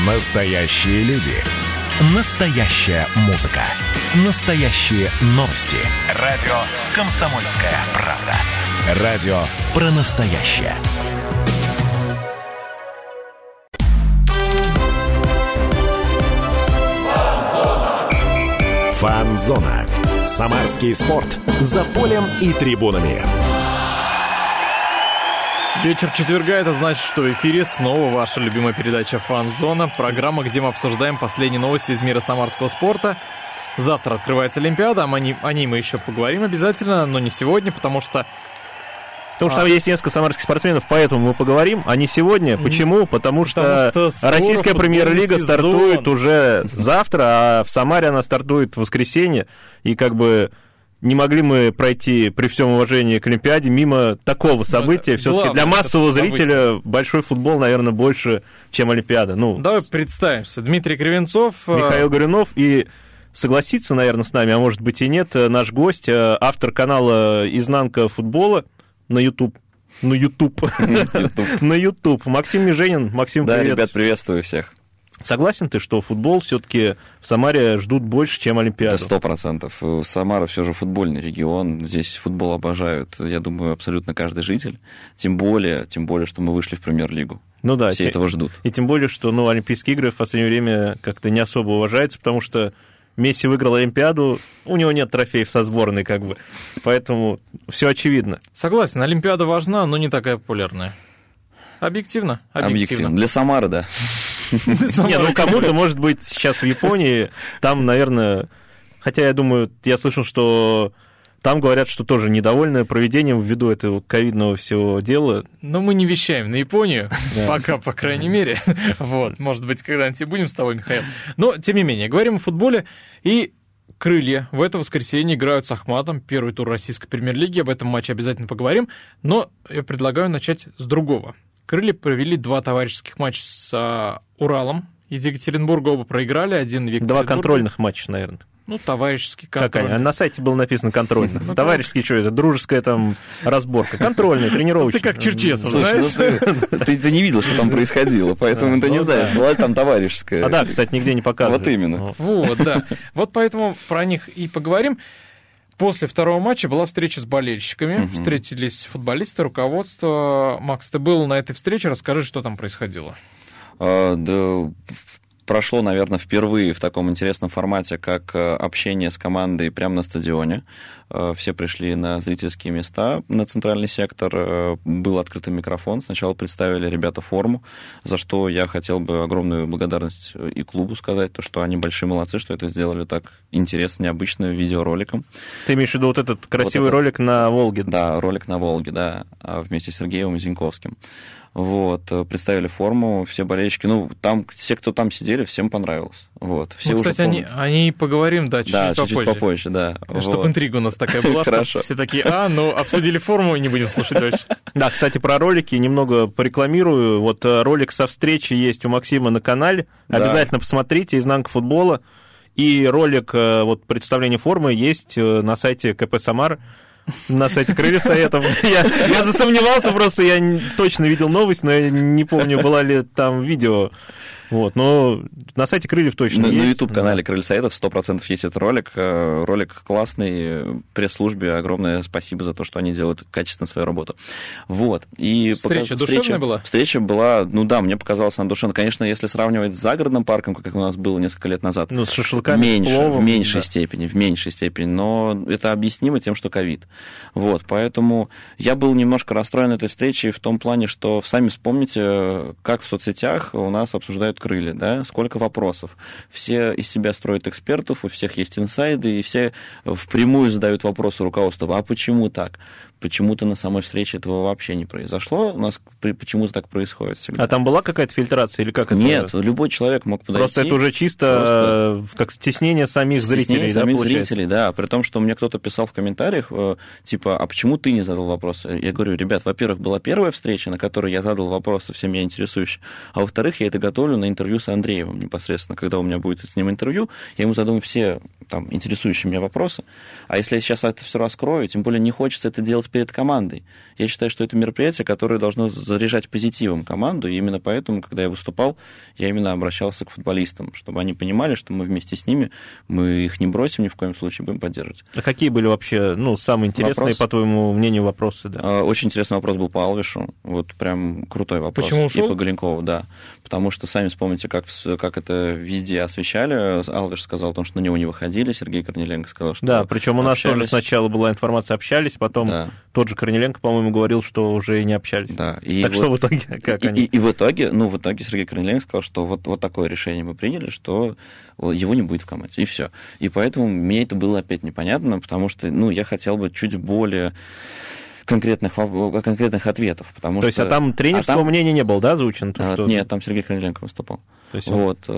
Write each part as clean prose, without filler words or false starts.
Настоящие люди. Настоящая музыка. Настоящие новости. Радио «Комсомольская правда». Радио про настоящее. Фан-зона. Самарский спорт. За полем и трибунами. Вечер четверга, это значит, что в эфире снова ваша любимая передача «Фан-зона». Программа, где мы обсуждаем последние новости из мира самарского спорта. Завтра открывается Олимпиада, о ней мы еще поговорим обязательно, но не сегодня, потому что там есть несколько самарских спортсменов, поэтому мы поговорим, а не сегодня. Почему? Потому что российская премьер-лига стартует уже завтра, а в Самаре она стартует в воскресенье, и как бы не могли мы пройти, при всем уважении к Олимпиаде, мимо такого события. Все-таки для массового зрителя большой футбол, наверное, больше, чем Олимпиада. Давай представимся. Дмитрий Кривенцов, Михаил Горюнов, и согласится, наверное, с нами, а может быть и нет, наш гость, автор канала «Изнанка футбола» на YouTube. На YouTube. Максим Меженин. Максим, привет. Да, ребят, приветствую всех. Согласен ты, что футбол все-таки в Самаре ждут больше, чем Олимпиаду? Да, 100%. Самара все же футбольный регион. Здесь футбол обожают, я думаю, абсолютно каждый житель. Тем более, что мы вышли в премьер-лигу. Ну да. Все этого ждут. И тем более, что Олимпийские игры в последнее время как-то не особо уважаются, потому что Месси выиграл Олимпиаду, у него нет трофеев со сборной, как бы. Поэтому все очевидно. Согласен, Олимпиада важна, но не такая популярная. Объективно. Для Самары, да. Кому-то, может быть, сейчас в Японии, там, наверное... Хотя, я думаю, я слышал, что там говорят, что тоже недовольны проведением ввиду этого ковидного всего дела. Но мы не вещаем на Японию, пока, по крайней мере. Может быть, когда-нибудь и будем с тобой, Михаил. Но, тем не менее, говорим о футболе. И «Крылья» в это воскресенье играют с «Ахматом». Первый тур российской премьер-лиги. Об этом матче обязательно поговорим. Но я предлагаю начать с другого. «Крылья» провели 2 товарищеских матча с «Уралом». Из Екатеринбурга оба проиграли, один в Екатеринбурге. 2 контрольных матча, наверное. Товарищеский контрольный. Как они? На сайте было написано контрольный. Товарищеский, что это? Дружеская там разборка. Контрольный, тренировочный. Ты как Черчесов, знаешь? Ты не видел, что там происходило, поэтому ты не знаешь, была ли там товарищеская. Да, кстати, нигде не показывают. Вот именно. Да. Вот поэтому про них и поговорим. После второго матча была встреча с болельщиками. Встретились футболисты, руководство. Макс, ты был на этой встрече, расскажи, что там происходило. Да, прошло, наверное, впервые в таком интересном формате, как общение с командой прямо на стадионе. Все пришли на зрительские места, на центральный сектор. Был открытый микрофон. Сначала представили ребята форму, за что я хотел бы огромную благодарность и клубу сказать, то, что они большие молодцы, что это сделали так интересно, необычно, видеороликом. Ты имеешь в виду вот этот красивый ролик на Волге? Да, ролик на Волге, да, вместе с Сергеем Зиньковским. Представили форму, все болельщики, там, все, кто там сидели, всем понравилось. Все кстати, они поговорим, чуть-чуть попозже, да. Чтобы интрига у нас такая была, что все такие, обсудили форму, и не будем слушать дальше. Да, кстати, про ролики немного порекламирую. Ролик со встречи есть у Максима на канале, обязательно посмотрите, «Изнанка футбола». И ролик представления формы есть на сайте КП «Самара». На сайте «Крыльев Советов». Я засомневался, просто я точно видел новость, но я не помню, была ли там видео. Но на сайте «Крыльев» точно есть. На YouTube-канале «Крылья Советов» 100% есть этот ролик. Ролик классный. Пресс-службе огромное спасибо за то, что они делают качественно свою работу. И встреча душевная была? Встреча была, мне показалось, она душевная. Конечно, если сравнивать с загородным парком, как у нас было несколько лет назад, с шашлыками, в меньшей степени. Но это объяснимо тем, что ковид. Поэтому я был немножко расстроен этой встречей в том плане, что сами вспомните, как в соцсетях у нас обсуждают «Крылья», да? Сколько вопросов. Все из себя строят экспертов, у всех есть инсайды, и все впрямую задают вопросы руководству. А почему так? Почему-то на самой встрече этого вообще не произошло. У нас почему-то так происходит всегда. А там была какая-то фильтрация или как это? Нет, любой человек мог подойти. Просто это уже чисто как стеснение самих зрителей, да, при том, что мне кто-то писал в комментариях, типа, а почему ты не задал вопрос? Я говорю, ребят, во-первых, была первая встреча, на которой я задал вопросы всем меня интересующие, а во-вторых, я это готовлю на интервью с Андреевым непосредственно, когда у меня будет с ним интервью, я ему задам все там интересующие меня вопросы, а если я сейчас это все раскрою, тем более не хочется это делать перед командой. Я считаю, что это мероприятие, которое должно заряжать позитивом команду, и именно поэтому, когда я выступал, я именно обращался к футболистам, чтобы они понимали, что мы вместе с ними, мы их не бросим ни в коем случае, будем поддерживать. А какие были вообще, самые интересные, по твоему мнению, вопросы? Да? Очень интересный вопрос был по Алвишу, вот прям крутой вопрос. Почему ушел? И по Голенкову, да. Потому что, сами вспомните, как это везде освещали. Алвиш сказал о том, что на него не выходили, Сергей Корниленко сказал, что да, причем у нас тоже сначала была информация, общались, потом тот же Корниленко, по-моему, говорил, что уже и не общались. Да. Так что в итоге, как они? И в итоге Сергей Корниленко сказал, что вот такое решение мы приняли, что его не будет в команде, и все. И поэтому мне это было опять непонятно, потому что, я хотел бы чуть более конкретных ответов. Потому То есть, а там тренерского мнения не было, да, озвучено? Нет, там Сергей Корниленко выступал. То есть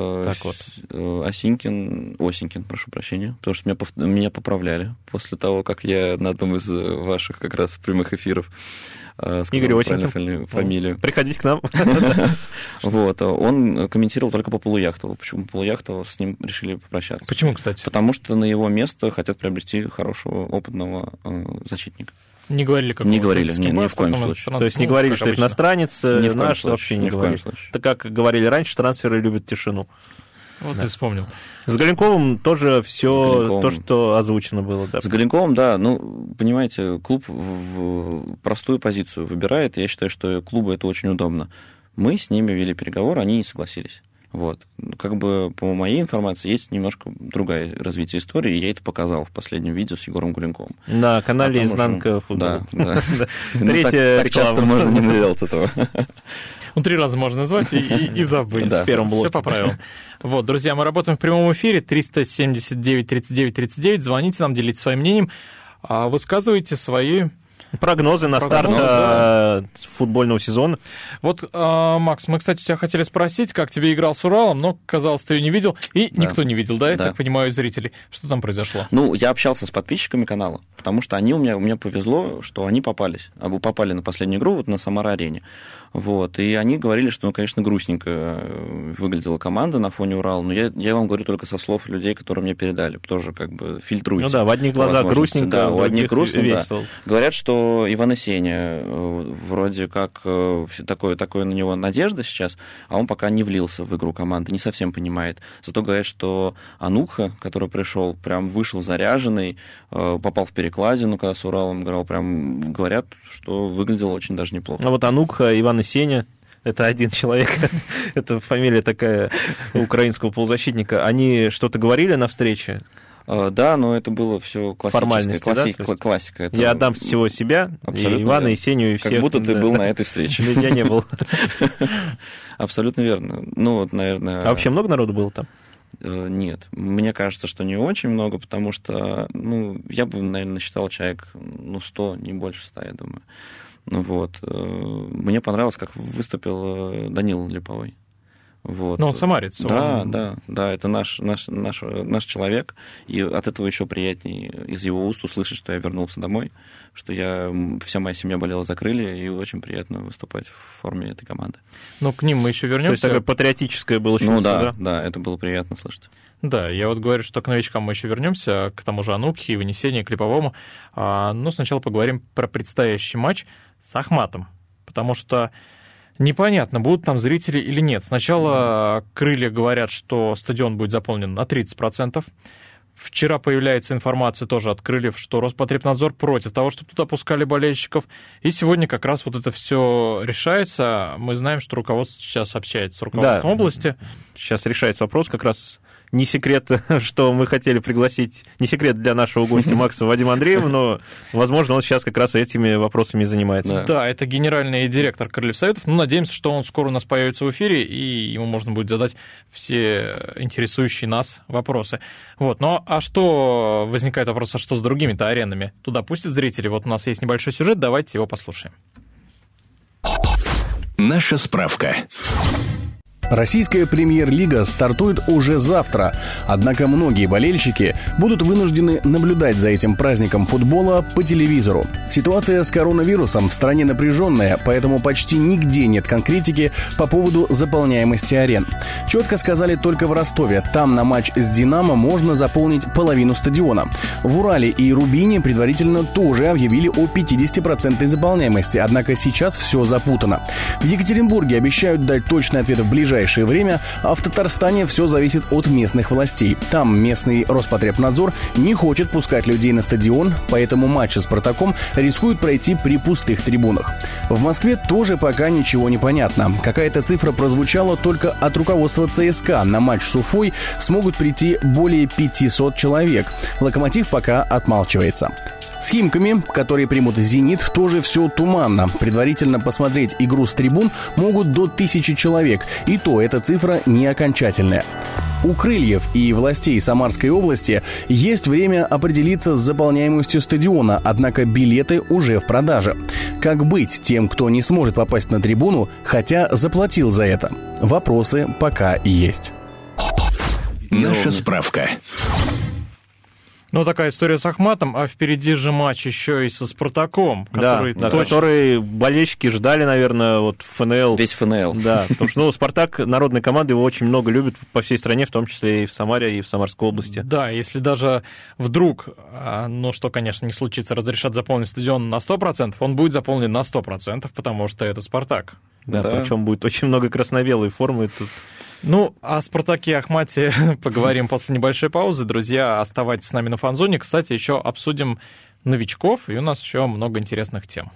Осенькин, прошу прощения, потому что меня поправляли после того, как я на одном из ваших как раз прямых эфиров Игорь Осенькин. Фамилию. Приходите к нам. Вот, он комментировал только по Полуяхтову. Почему Полуяхтову, с ним решили попрощаться? Почему, кстати? Потому что на его место хотят приобрести хорошего, опытного защитника. Не говорили, как не говорили, ни в коем случае. То есть не говорили, что это иностранец, наш, вообще не говорили. Это как говорили раньше, трансферы любят тишину. Вот ты вспомнил. С Голенковым тоже все то, что озвучено было. Да. С Голенковым, да, понимаете, клуб в простую позицию выбирает, и я считаю, что клубу это очень удобно. Мы с ними вели переговоры, они не согласились. Вот. Как бы, по моей информации, есть немножко другое развитие истории, и я это показал в последнем видео с Егором Гуленковым. На канале «Изнанка футбола». Да. Так часто можно не делать этого. 3 раза можно назвать и забыть. В первом блоке. Все по правилам. Вот, друзья, мы работаем в прямом эфире. 379-39-39. Звоните нам, делитесь своим мнением. Высказывайте свои... Прогнозы на старт футбольного сезона. Вот, Макс, мы, кстати, тебя хотели спросить, как тебе играл с Уралом, но, казалось, ты ее не видел, и никто не видел, да, я так понимаю, зрителей. Что там произошло? Я общался с подписчиками канала, потому что у меня повезло, что они попали на последнюю игру на Самара-арене. Вот, и они говорили, что, конечно, грустненько выглядела команда на фоне Урала, но я вам говорю только со слов людей, которые мне передали, тоже как бы фильтруйте. В одних глазах грустненько, у одних грустно, весело. Да. Говорят, что Иван Сеня вроде как такое на него надежда сейчас, а он пока не влился в игру команды, не совсем понимает. Зато говорят, что Ануха, который пришел, прям вышел заряженный, попал в перекладину, когда с Уралом играл, прям говорят, что выглядел очень даже неплохо. А вот Ануха, Иван Сеня, это один человек, это фамилия такая украинского полузащитника. Они что-то говорили на встрече? Да, но это было все классика. Это... Я отдам всего себя, и Ивана, и Сеню, и всех. Как будто ты был на этой встрече. Я не был. Абсолютно верно. Наверное... А вообще много народу было там? Нет. Мне кажется, что не очень много, потому что, я бы, наверное, считал человек, 100, не больше 100, я думаю. Мне понравилось, как выступил Данил Липовой. Вот. Он самарец. Да, это наш человек, и от этого еще приятнее из его уст услышать, что я вернулся домой, что вся моя семья болела за крылья, и очень приятно выступать в форме этой команды. Но к ним мы еще вернемся. То есть такое патриотическое было чувство, да, это было приятно слышать. Да, я говорю, что к новичкам мы еще вернемся, к тому же Ануке, и Вынесению, к Липовому. Но сначала поговорим про предстоящий матч с Ахматом, потому что непонятно, будут там зрители или нет. Сначала крылья говорят, что стадион будет заполнен на 30%. Вчера появляется информация тоже от крыльев, что Роспотребнадзор против того, чтобы туда пускали болельщиков. И сегодня как раз вот это все решается. Мы знаем, что руководство сейчас общается с руководством области. Сейчас решается вопрос как раз. Не секрет, что мы хотели пригласить, не секрет для нашего гостя Макса Вадима Андреева, но, возможно, он сейчас как раз этими вопросами занимается. Да, это генеральный директор Крыльев Советов. Надеемся, что он скоро у нас появится в эфире, и ему можно будет задать все интересующие нас вопросы. Вот. А что возникает вопрос, а что с другими-то аренами? Туда пустят зрители? Вот у нас есть небольшой сюжет, давайте его послушаем. Наша справка. Российская премьер-лига стартует уже завтра, однако многие болельщики будут вынуждены наблюдать за этим праздником футбола по телевизору. Ситуация с коронавирусом в стране напряженная, поэтому почти нигде нет конкретики по поводу заполняемости арен. Четко сказали только в Ростове, там на матч с «Динамо» можно заполнить половину стадиона. В Урале и Рубине предварительно тоже объявили о 50% заполняемости, однако сейчас все запутано. В Екатеринбурге обещают дать точный ответ в ближайшее время, а в Татарстане все зависит от местных властей. Там местный Роспотребнадзор не хочет пускать людей на стадион, поэтому матчи с «Спартаком» рискуют пройти при пустых трибунах. В Москве тоже пока ничего не понятно. Какая-то цифра прозвучала только от руководства ЦСКА. На матч с Уфой смогут прийти более 500 человек. «Локомотив» пока отмалчивается. С «Химками», которые примут «Зенит», тоже все туманно. Предварительно посмотреть игру с трибун могут до 1000 человек, и то эта цифра не окончательная. У «Крыльев» и властей Самарской области есть время определиться с заполняемостью стадиона, однако билеты уже в продаже. Как быть тем, кто не сможет попасть на трибуну, хотя заплатил за это? Вопросы пока есть. Наша справка. Ну, такая история с Ахматом, а впереди же матч еще и со «Спартаком», который болельщики ждали, наверное, вот ФНЛ. Весь ФНЛ. Да, потому что «Спартак» народная команда, его очень много любят по всей стране, в том числе и в Самаре, и в Самарской области. Да, если даже вдруг, ну что, конечно, не случится, разрешат заполнить стадион на 100%, он будет заполнен на 100%, потому что это «Спартак». Да, причем будет очень много красно-белой формы тут. Ну, о «Спартаке» и Ахмате поговорим после небольшой паузы. Друзья, оставайтесь с нами на «Фан-зоне». Кстати, еще обсудим новичков, и у нас еще много интересных тем.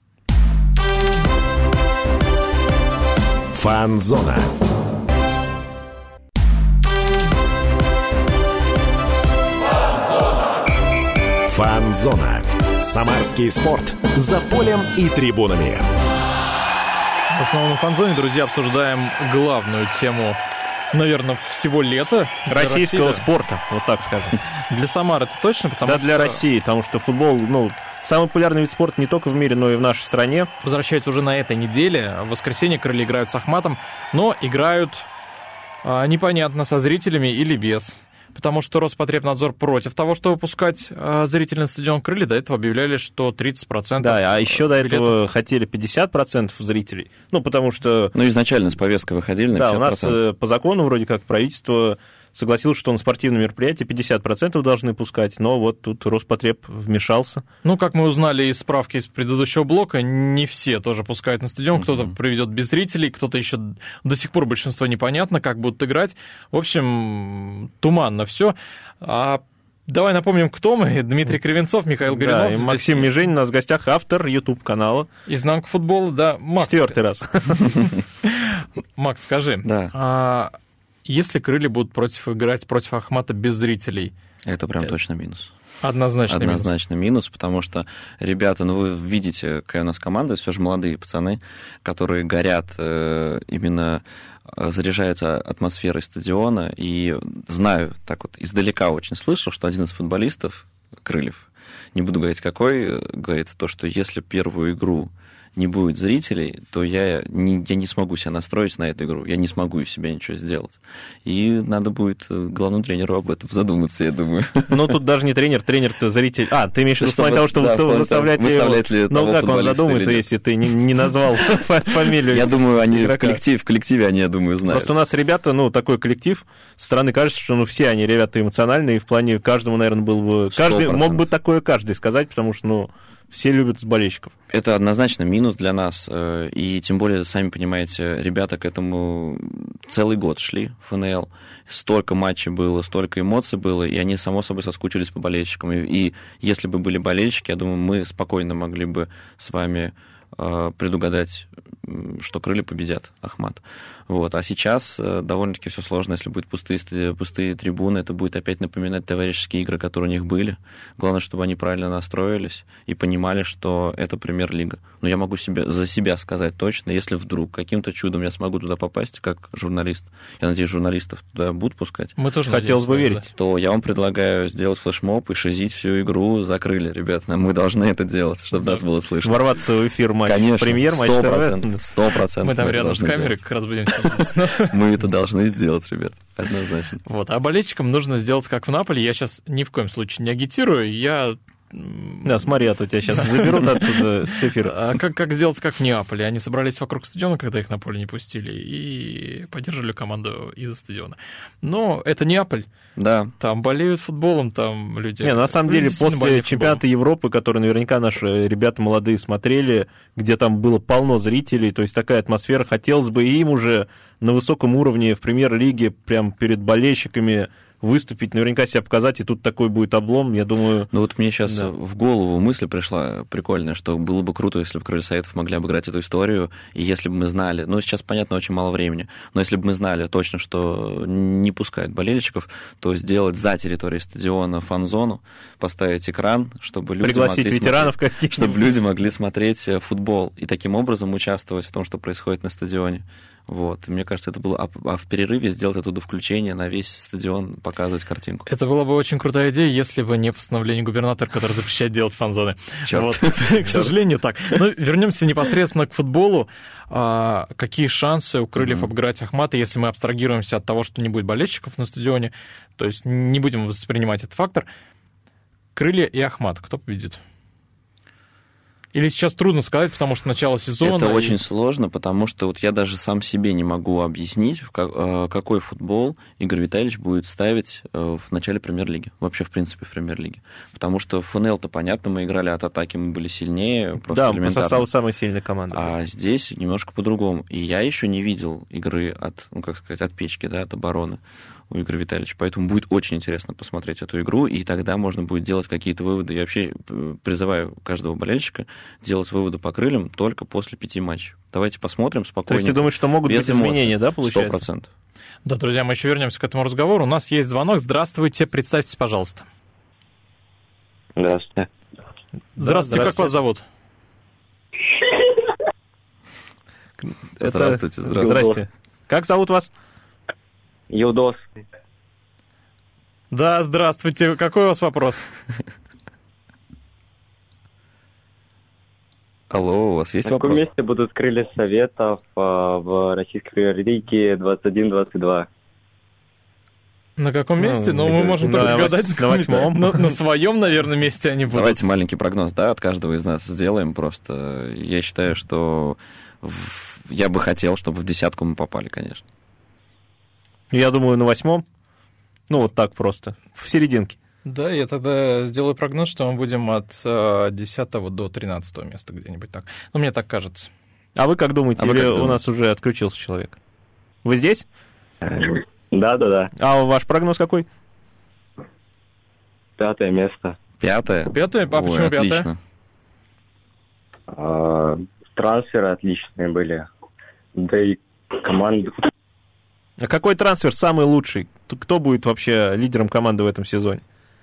«Фан-зона». «Фан-зона». Самарский спорт за полем и трибунами. В основном в «Фан-зоне», друзья, обсуждаем главную тему, наверное, всего лета. Российского спорта, вот так скажем. Для Самары это точно, потому что... Да, для России, потому что футбол, самый популярный вид спорта не только в мире, но и в нашей стране. Возвращается уже на этой неделе. В воскресенье «Крылья» играют с Ахматом, но играют непонятно, со зрителями или без. Потому что Роспотребнадзор против того, чтобы пускать зрителей на стадион «Крылья». До этого объявляли, что 30%. Да, а еще до этого хотели 50% зрителей. Потому что... изначально с повесткой выходили на 50%. Да, у нас по закону вроде как правительство согласилось, что на спортивные мероприятия 50% должны пускать, но вот тут Роспотреб вмешался. Как мы узнали из справки из предыдущего блока, не все тоже пускают на стадион, кто-то приведет без зрителей, кто-то еще до сих пор большинство непонятно, как будут играть. В общем, туманно все. Давай напомним, кто мы. Дмитрий Кривенцов, Михаил Горюнов. Да, и Максим Межень, у нас в гостях автор YouTube-канала. «Изнанка футбола», да. Макс. 4-й раз. Макс, скажи. Да. Если «Крылья» будут играть против Ахмата без зрителей? Это прям точно минус. Однозначно минус, потому что ребята, вы видите, какая у нас команда, все же молодые пацаны, которые горят, именно заряжаются атмосферой стадиона, и знаю, так вот издалека очень слышал, что один из футболистов «Крыльев», не буду говорить какой, говорит то, что если первую игру не будет зрителей, то я не смогу себя настроить на эту игру, я не смогу из себя ничего сделать. И надо будет главному тренеру об этом задуматься, я думаю. Тут даже не тренер-то зритель. Ты имеешь в виду в плане того, что выставлять ли того как он задумается, если ты не назвал фамилию? Я думаю, они в коллективе, они, я думаю, знают. Просто у нас ребята, такой коллектив, со стороны кажется, что все они ребята эмоциональные, и в плане каждому, наверное, был бы... Каждый мог бы такое каждый сказать, потому что, все любят болельщиков. Это однозначно минус для нас, и тем более, сами понимаете, ребята к этому целый год шли в ФНЛ, столько матчей было, столько эмоций было, и они, само собой, соскучились по болельщикам. И если бы были болельщики, я думаю, мы спокойно могли бы с вами предугадать, что «Крылья» победят Ахмат. А сейчас довольно-таки все сложно. Если будут пустые трибуны, это будет опять напоминать товарищеские игры, которые у них были. Главное, чтобы они правильно настроились и понимали, что это премьер-лига. Но я могу за себя сказать точно, если вдруг каким-то чудом я смогу туда попасть, как журналист, я надеюсь, журналистов туда будут пускать. Мы тоже хотелось бы верить. То я вам предлагаю сделать флешмоб и шизить всю игру за «Крылья», ребят. Мы должны это делать, чтобы нас было слышно. Ворваться в эфир матч. Конечно, Премьер матч 100%. 100%. Мы там рядом с камерой как раз будем сидеть. Мы это должны сделать, ребят, однозначно. Вот, а болельщикам нужно сделать как в Наполе. Я сейчас ни в коем случае не агитирую, я... Да, смотри, а то тебя сейчас заберут отсюда с эфира. А как сделать, как в Неаполе? Они собрались вокруг стадиона, когда их на поле не пустили, и поддерживали команду из-за стадиона. Но это Неаполь. Да. Там болеют футболом, там люди... Не, на самом деле, после чемпионата Европы, который наверняка наши ребята молодые смотрели, где там было полно зрителей, то есть такая атмосфера, хотелось бы им уже на высоком уровне в премьер-лиге прям перед болельщиками выступить, наверняка себя показать, и тут такой будет облом, я думаю... Ну вот мне сейчас в голову мысль пришла прикольная, что было бы круто, если бы Крылья Советов могли обыграть эту историю, и если бы мы знали, ну сейчас, понятно, очень мало времени, но если бы мы знали точно, что не пускают болельщиков, то сделать за территорией стадиона фан-зону, поставить экран, чтобы люди пригласить ветеранов каких-нибудь, чтобы люди могли смотреть футбол и таким образом участвовать в том, что происходит на стадионе. Вот. Мне кажется, это было... А в перерыве сделать оттуда включение на весь стадион, показывать картинку. Это была бы очень крутая идея, если бы не постановление губернатора, которое запрещает делать фан-зоны. Вот. К сожалению, так. Но вернемся непосредственно к футболу. Какие шансы у Крыльев обыграть Ахмата, если мы абстрагируемся от того, что не будет болельщиков на стадионе, то есть не будем воспринимать этот фактор. Крылья и Ахмат. Кто победит? Или сейчас трудно сказать, потому что начало сезона... Это очень сложно, потому что вот я даже сам себе не могу объяснить, какой футбол Игорь Витальевич будет ставить в начале премьер-лиги. Вообще, в принципе, в премьер-лиге. Потому что ФНЛ-то, понятно, мы играли от атаки, мы были сильнее, просто элементарно. Да, по составу самая сильная команда. А здесь немножко по-другому. И я еще не видел игры от, ну, как сказать, от печки, да, от обороны у Игоря Витальевича. Поэтому будет очень интересно посмотреть эту игру, и тогда можно будет делать какие-то выводы. Я вообще призываю каждого болельщика делать выводы по Крыльям только после 5 матчей. Давайте посмотрим спокойно. То есть ты думаешь, что могут быть изменения, да, получается? 100%. Да, друзья, мы еще вернемся к этому разговору. У нас есть звонок. Здравствуйте, представьтесь, пожалуйста. Здравствуйте. Здравствуйте, как вас зовут? Здравствуйте, здравствуйте. Как зовут вас? Юдос. Да, здравствуйте. Какой у вас вопрос? Алло, у вас есть вопрос? В каком месте будут Крылья Советов в российской премьер-лиге 21-22? На каком месте? Ну, мы можем только гадать. На 8-м. На своем, наверное, месте они будут. Давайте маленький прогноз, да, от каждого из нас сделаем просто. Я считаю, что я бы хотел, чтобы в 10 мы попали, конечно. Я думаю, на 8-м. Ну, вот так просто. В серединке. Да, я тогда сделаю прогноз, что мы будем от 10 до 13 места где-нибудь так. Ну, мне так кажется. А вы как думаете? Или у нас уже отключился человек? Вы здесь? Да. А ваш прогноз какой? 5 место. 5? 5? А почему 5? Отлично. Трансферы отличные были. Да и команда... А какой трансфер самый лучший? Кто будет вообще лидером команды в этом сезоне?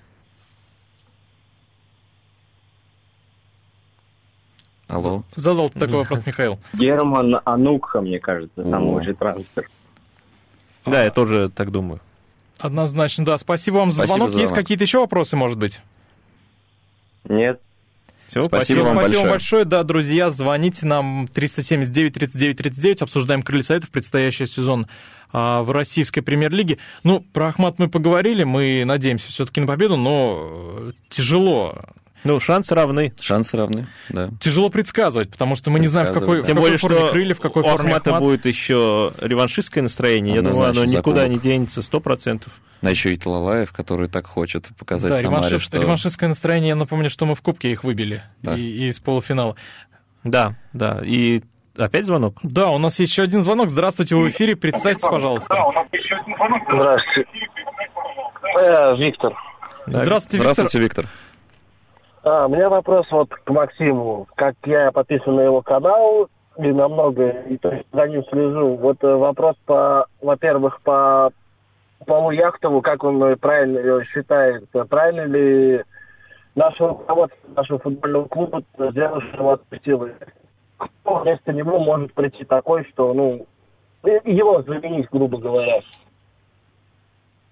Алло. Задал такой вопрос Михаил. Герман Анукха, мне кажется, самый лучший трансфер. Да, я тоже так думаю. Однозначно, да. Спасибо вам за звонок. Есть какие-то еще вопросы, может быть? Нет. Все, спасибо вам большое. Да, друзья, звоните нам 379-39-39. Обсуждаем Крылья Советов, предстоящий сезон в российской премьер-лиге. Ну, про Ахмат мы поговорили, мы надеемся все-таки на победу, но тяжело. Ну, шансы равны. Шансы равны, да. Тяжело предсказывать, потому что мы не знаем, в какой Тем более, форме что Крылья, в какой у форме Ахмата будет еще реваншистское настроение. Я думаю, оно никуда не денется 100%. А еще и Талалаев, который так хочет показать Самаре, что... реваншистское настроение, я напомню, что мы в Кубке их выбили из полуфинала. Да. И опять звонок? Да, у нас есть еще один звонок. Здравствуйте, вы в эфире. Представьтесь, пожалуйста. Да, у нас еще один звонок. Здравствуйте. Виктор. Здравствуйте, Виктор. У меня вопрос вот к Максиму. Как я подписан на его канал и намного, и то есть за ним слежу. Вот вопрос во-первых, по Павлу Яхтову, как он правильно считает, правильно ли наше руководство нашего футбольного клуба сделало, что его отпустило? Кто вместо него может прийти такой, что, его заменить, грубо говоря?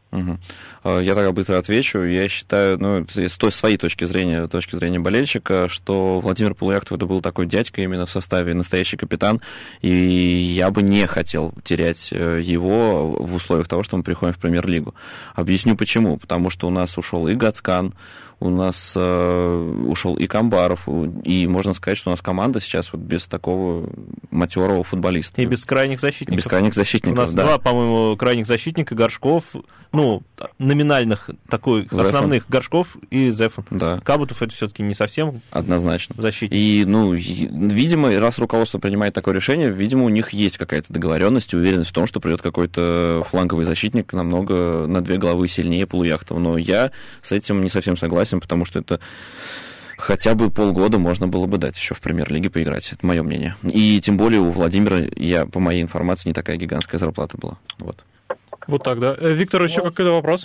Я тогда быстро отвечу. Я считаю, с той своей точки зрения болельщика, что Владимир Полуяхтов это был такой дядька именно в составе, настоящий капитан, и я бы не хотел терять его в условиях того, что мы приходим в Премьер-лигу. Объясню почему. Потому что у нас ушел и Гацкан, у нас ушел и Камбаров, и можно сказать, что у нас команда сейчас вот без такого матерого футболиста. И без крайних защитников. У нас два, по-моему, крайних защитника, Горшков, номинальных таких основных, Горшков и Зефан. Да. Кабутов это все-таки не совсем однозначно защитник. И, видимо, раз руководство принимает такое решение, видимо, у них есть какая-то договоренность и уверенность в том, что придет какой-то фланговый защитник намного на 2 головы сильнее Полуяхтова. Но я с этим не совсем согласен, потому что это хотя бы полгода можно было бы дать еще в Премьер-лиге поиграть. Это мое мнение. И тем более у Владимира, по моей информации, не такая гигантская зарплата была. Вот так, да. Виктор, еще какой-то вопрос?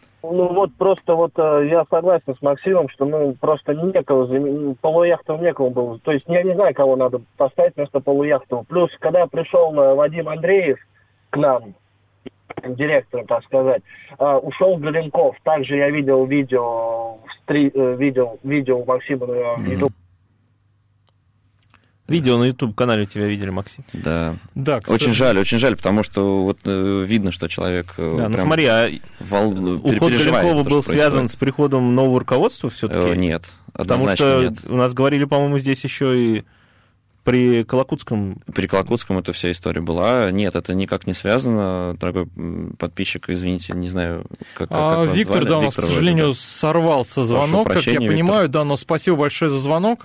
Я согласен с Максимом, что просто некого, Полуяхтову некого было. То есть я не знаю, кого надо поставить вместо Полуяхтова. Плюс, когда пришел Вадим Андреев к нам, директором, так сказать, ушел Галенков. Также я видел видео у Максима на YouTube. Видео на YouTube-канале тебя видели, Максим. Да. Очень жаль, потому что видно, что человек прям смотри, уход Галенкова был связан с приходом нового руководства все-таки? Нет, потому что нет. У нас говорили, по-моему, здесь еще и при Колокутском. При Колокутском эта вся история была. Нет, это никак не связано. Дорогой подписчик, извините, не знаю, как вас Виктор, звали. У нас, к сожалению, сорвался звонок, как я понимаю. Виктор. Но спасибо большое за звонок.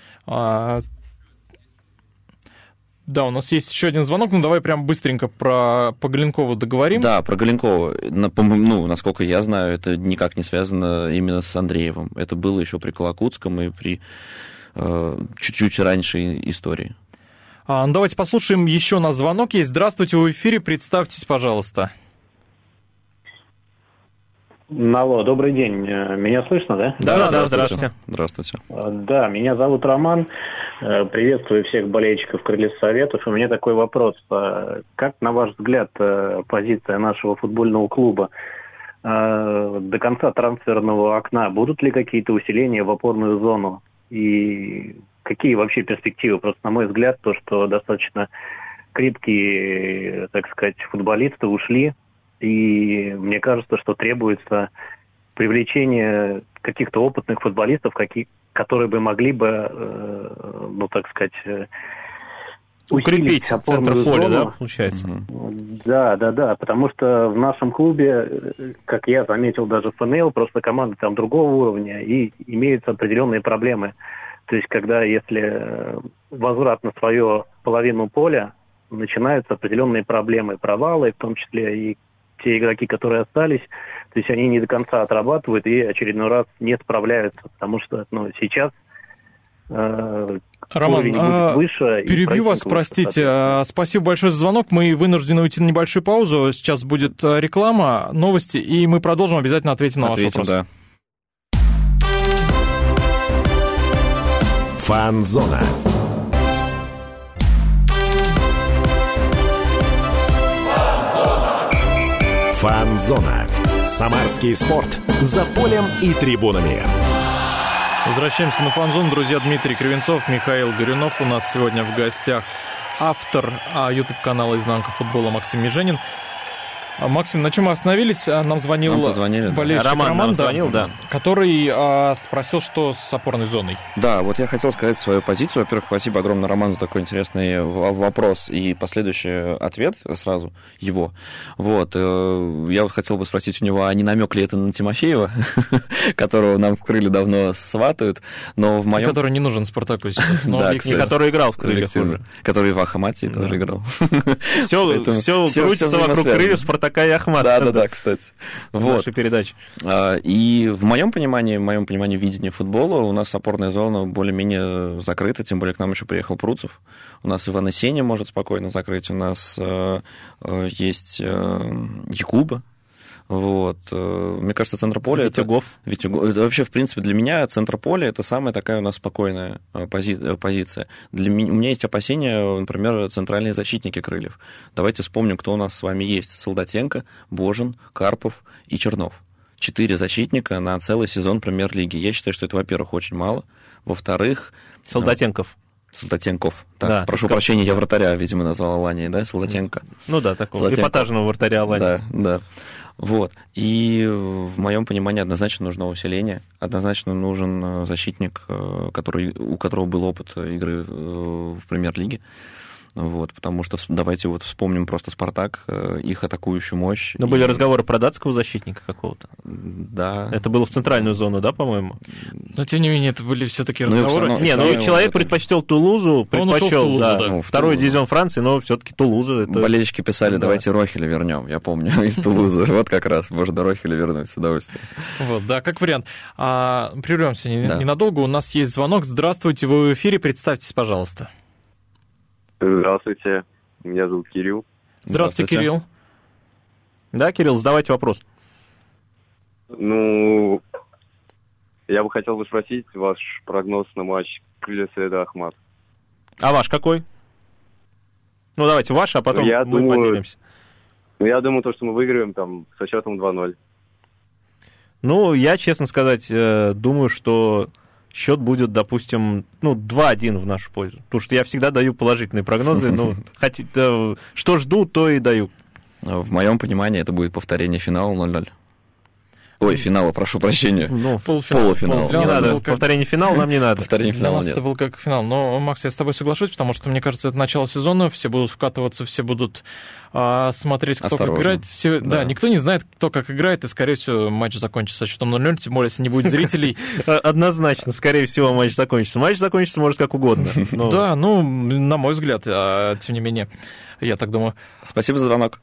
У нас есть еще один звонок, давай прям быстренько по Галенкову договорим. Да, про Галенкова. Насколько я знаю, это никак не связано именно с Андреевым. Это было еще при Колокутском и при чуть-чуть раньше истории. Давайте послушаем, еще у нас звонок есть. Здравствуйте, вы в эфире, представьтесь, пожалуйста. Алло, добрый день. Меня слышно, да? Да, здравствуйте. Да, меня зовут Роман. Приветствую всех болельщиков Крыльев Советов. У меня такой вопрос. Как, на ваш взгляд, позиция нашего футбольного клуба до конца трансферного окна? Будут ли какие-то усиления в опорную зону? И какие вообще перспективы? Просто, на мой взгляд, то, что достаточно крепкие, так сказать, футболисты ушли. И мне кажется, что требуется привлечение каких-то опытных футболистов, которые бы могли бы, так сказать, укрепить центр поля, да, получается? Да, потому что в нашем клубе, как я заметил, даже ФНЛ, просто команда там другого уровня, и имеются определенные проблемы. То есть, если возврат на свою половину поля, начинаются определенные проблемы, провалы, в том числе и те игроки, которые остались, то есть они не до конца отрабатывают и очередной раз не справляются, потому что сейчас Роман, выше. Перебью вас, простите. Спасибо большое за звонок. Мы вынуждены уйти на небольшую паузу. Сейчас будет реклама, новости, и мы продолжим, обязательно ответим на ваши вопросы. Да. Фан-зона. Фан-зона. Самарский спорт. За полем и трибунами. Возвращаемся на Фан-зону, друзья. Дмитрий Кривенцов, Михаил Горюнов. У нас сегодня в гостях автор YouTube-канала «Изнанка футбола» Максим Меженин. Максим, на чем мы остановились? Нам звонил болельщик Роман, звонил, который спросил, что с опорной зоной. Да, вот я хотел сказать свою позицию. Во-первых, спасибо огромное, Роман, за такой интересный вопрос и последующий ответ сразу его. Я хотел бы спросить у него, а не намек ли это на Тимофеева, которого нам в Крылья давно сватают, но в моем... Который не нужен Спартаку сейчас. И который играл в Крыльях уже. Который в Ахмате тоже играл. Все крутится вокруг Крыльев, Спартака и Ахмата. Да, кстати. Наша передача. И в моем понимании видения футбола у нас опорная зона более-менее закрыта, тем более к нам еще приехал Пруцев. У нас Иван Сеня может спокойно закрыть, у нас есть Якуба. Вот. Мне кажется, центр поля... Витягов. Это вообще, в принципе, для меня центр поля — это самая такая у нас спокойная позиция. У меня есть опасения, например, центральные защитники крыльев. Давайте вспомним, кто у нас с вами есть. Солдатенко, Божин, Карпов и Чернов. 4 защитника на целый сезон премьер-лиги. Я считаю, что это, во-первых, очень мало. Во-вторых... Солдатенков. Солдатенков. Так, да, прошу прощения, я вратаря, видимо, назвал Аланией, да, Солдатенко. Ну да, такого эпатажного вратаря Алании. Да. Вот. И в моем понимании однозначно нужно усиление, однозначно нужен защитник, у которого был опыт игры в премьер-лиге. Вот, потому что давайте вот вспомним просто «Спартак», их атакующую мощь. Но были разговоры про датского защитника какого-то. Да. Это было в центральную зону, да, по-моему? Но, тем не менее, это были все-таки разговоры. Человек предпочтел Тулузу, второй дивизион Франции, но все-таки Тулуза. Это... Болельщики писали, давайте Рохеля вернем, я помню, из Тулузы. Вот как раз, можно Рохеля вернуть с удовольствием. Вот, да, как вариант. Прервемся ненадолго, у нас есть звонок. Здравствуйте, вы в эфире, представьтесь, пожалуйста. Здравствуйте, меня зовут Кирилл. Здравствуйте, Кирилл. Да, Кирилл, задавайте вопрос. Ну, я бы хотел спросить ваш прогноз на матч «Крылья Совета Ахмат». А ваш какой? Ну, давайте ваш, а потом мы поделимся. Я думаю, что мы выиграем там со счетом 2-0. Ну, я, честно сказать, думаю, что... счет будет, допустим, 2-1 в нашу пользу. Потому что я всегда даю положительные прогнозы. Что жду, то и даю. В моем понимании это будет повторение финала 0-0. Ой, финала, прошу прощения. Полуфинала. Не надо. Повторение финала нам не надо. Повторение финала нет. Это был как финал. Но, Макс, я с тобой соглашусь, потому что, мне кажется, это начало сезона, все будут вкатываться, все будут смотреть, кто как играет. Да, никто не знает, кто как играет, и, скорее всего, матч закончится со счетом 0-0, тем более, если не будет зрителей. Однозначно, скорее всего, матч закончится. Матч закончится, может, как угодно. Да, на мой взгляд, тем не менее, я так думаю. Спасибо за звонок.